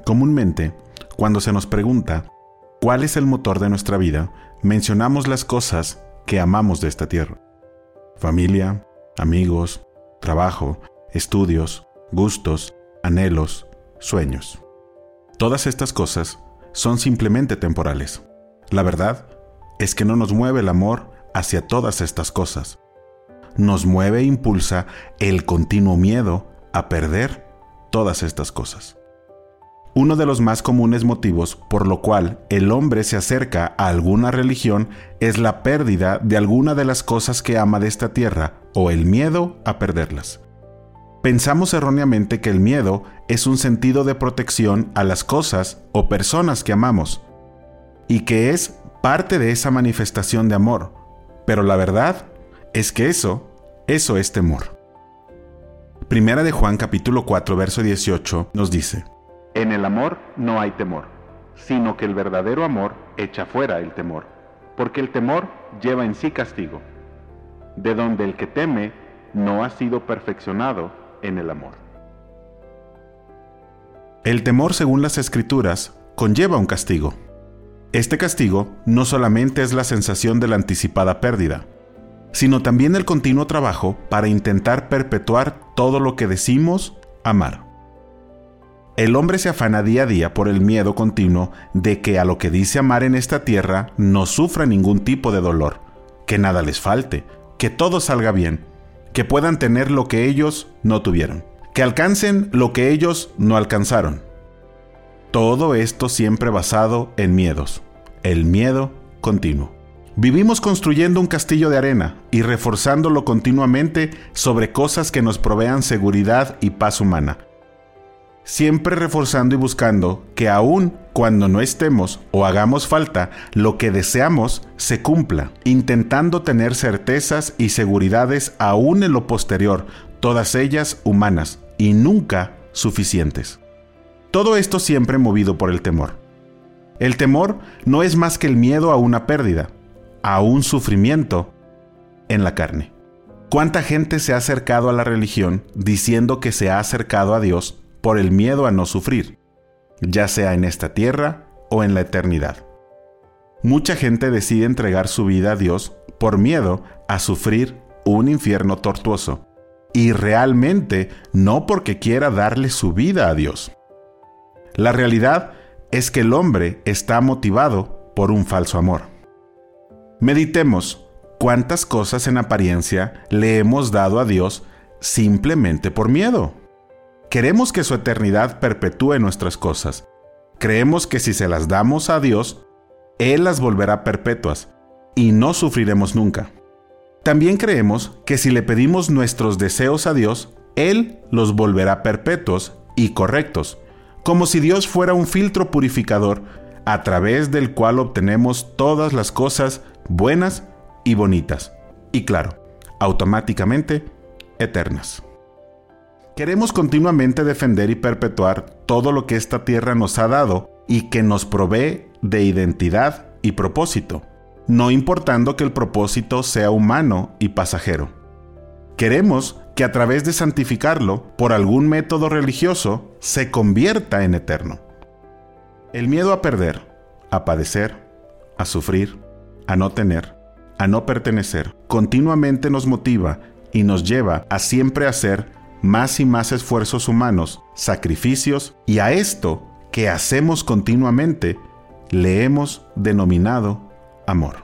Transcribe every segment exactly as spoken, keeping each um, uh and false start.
Comúnmente, cuando se nos pregunta cuál es el motor de nuestra vida, mencionamos las cosas que amamos de esta tierra. Familia, amigos, trabajo, estudios, gustos, anhelos, sueños. Todas estas cosas son simplemente temporales. La verdad es que no nos mueve el amor hacia todas estas cosas. Nos mueve e impulsa el continuo miedo a perder todas estas cosas. Uno de los más comunes motivos por lo cual el hombre se acerca a alguna religión es la pérdida de alguna de las cosas que ama de esta tierra o el miedo a perderlas. Pensamos erróneamente que el miedo es un sentido de protección a las cosas o personas que amamos y que es parte de esa manifestación de amor, pero la verdad es que eso, eso es temor. Primera de Juan capítulo cuatro verso dieciocho nos dice: En el amor no hay temor, sino que el verdadero amor echa fuera el temor, porque el temor lleva en sí castigo, de donde el que teme no ha sido perfeccionado en el amor. El temor, según las Escrituras, conlleva un castigo. Este castigo no solamente es la sensación de la anticipada pérdida, sino también el continuo trabajo para intentar perpetuar todo lo que decimos amar. El hombre se afana día a día por el miedo continuo de que a lo que dice amar en esta tierra no sufra ningún tipo de dolor, que nada les falte, que todo salga bien, que puedan tener lo que ellos no tuvieron, que alcancen lo que ellos no alcanzaron. Todo esto siempre basado en miedos, el miedo continuo. Vivimos construyendo un castillo de arena y reforzándolo continuamente sobre cosas que nos provean seguridad y paz humana. Siempre reforzando y buscando que aun cuando no estemos o hagamos falta, lo que deseamos se cumpla, intentando tener certezas y seguridades aún en lo posterior, todas ellas humanas y nunca suficientes. Todo esto siempre movido por el temor. El temor no es más que el miedo a una pérdida, a un sufrimiento en la carne. ¿Cuánta gente se ha acercado a la religión diciendo que se ha acercado a Dios por el miedo a no sufrir, ya sea en esta tierra o en la eternidad? Mucha gente decide entregar su vida a Dios por miedo a sufrir un infierno tortuoso, y realmente no porque quiera darle su vida a Dios. La realidad es que el hombre está motivado por un falso amor. Meditemos cuántas cosas en apariencia le hemos dado a Dios simplemente por miedo. Queremos que su eternidad perpetúe nuestras cosas. Creemos que si se las damos a Dios, Él las volverá perpetuas y no sufriremos nunca. También creemos que si le pedimos nuestros deseos a Dios, Él los volverá perpetuos y correctos, como si Dios fuera un filtro purificador a través del cual obtenemos todas las cosas buenas y bonitas, y claro, automáticamente eternas. Queremos continuamente defender y perpetuar todo lo que esta tierra nos ha dado y que nos provee de identidad y propósito, no importando que el propósito sea humano y pasajero. Queremos que a través de santificarlo por algún método religioso se convierta en eterno. El miedo a perder, a padecer, a sufrir, a no tener, a no pertenecer, continuamente nos motiva y nos lleva a siempre hacer más y más esfuerzos humanos, sacrificios, y a esto que hacemos continuamente le hemos denominado amor.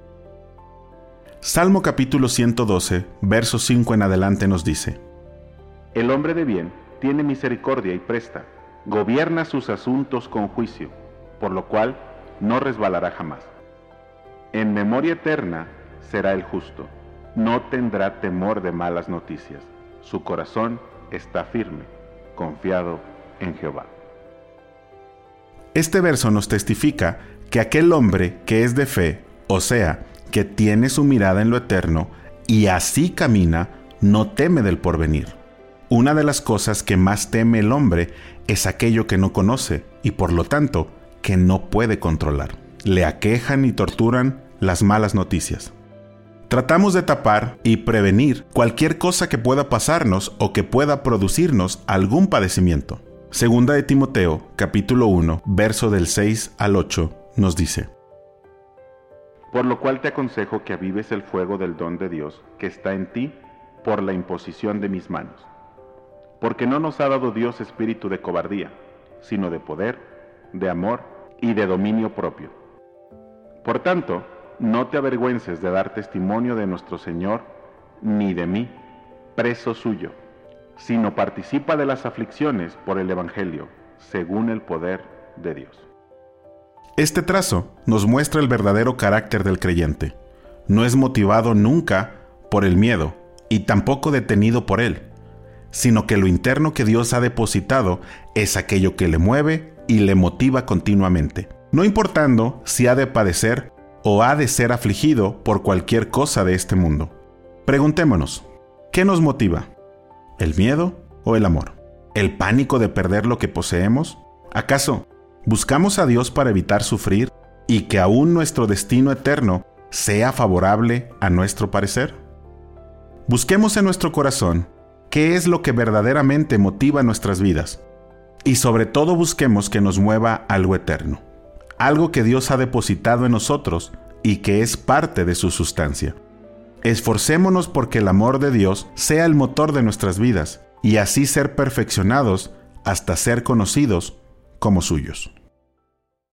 Salmo capítulo ciento doce, verso cinco en adelante nos dice: El hombre de bien tiene misericordia y presta, gobierna sus asuntos con juicio, por lo cual no resbalará jamás. En memoria eterna será el justo, no tendrá temor de malas noticias. Su corazón está firme, confiado en Jehová. Este verso nos testifica que aquel hombre que es de fe, o sea, que tiene su mirada en lo eterno y así camina, no teme del porvenir. Una de las cosas que más teme el hombre es aquello que no conoce y por lo tanto que no puede controlar. Le aquejan y torturan las malas noticias. Tratamos de tapar y prevenir cualquier cosa que pueda pasarnos o que pueda producirnos algún padecimiento. Segunda de Timoteo, capítulo uno, verso del seis al ocho, nos dice: Por lo cual te aconsejo que avives el fuego del don de Dios que está en ti por la imposición de mis manos. Porque no nos ha dado Dios espíritu de cobardía, sino de poder, de amor y de dominio propio. Por tanto, no te avergüences de dar testimonio de nuestro Señor, ni de mí, preso suyo, sino participa de las aflicciones por el Evangelio, según el poder de Dios. Este trazo nos muestra el verdadero carácter del creyente. No es motivado nunca por el miedo y tampoco detenido por él, sino que lo interno que Dios ha depositado es aquello que le mueve y le motiva continuamente, no importando si ha de padecer o ha de ser afligido por cualquier cosa de este mundo. Preguntémonos, ¿qué nos motiva? ¿El miedo o el amor? ¿El pánico de perder lo que poseemos? ¿Acaso buscamos a Dios para evitar sufrir y que aún nuestro destino eterno sea favorable a nuestro parecer? Busquemos en nuestro corazón qué es lo que verdaderamente motiva nuestras vidas y sobre todo busquemos que nos mueva algo eterno, algo que Dios ha depositado en nosotros y que es parte de su sustancia. Esforcémonos porque el amor de Dios sea el motor de nuestras vidas y así ser perfeccionados hasta ser conocidos como suyos.